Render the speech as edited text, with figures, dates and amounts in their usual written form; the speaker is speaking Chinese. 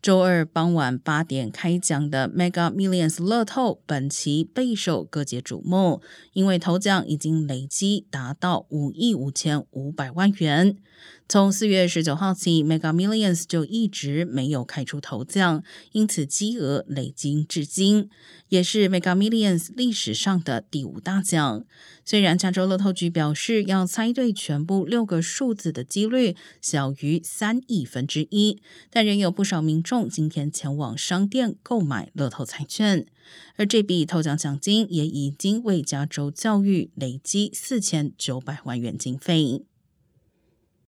周二傍晚8点开奖的 Mega Millions 乐透本期备受各界瞩目，因为头奖已经累积达到5亿5500万元。从4月19号起 Mega Millions 就一直没有开出头奖，因此积额累积至今，也是 Mega Millions 历史上的第5大奖。虽然加州乐透局表示要猜对全部6个数字的几率小于3亿分之一，但仍有不少民众今天前往商店购买乐透彩券，而这笔头奖奖金也已经为加州教育累积4900万元经费。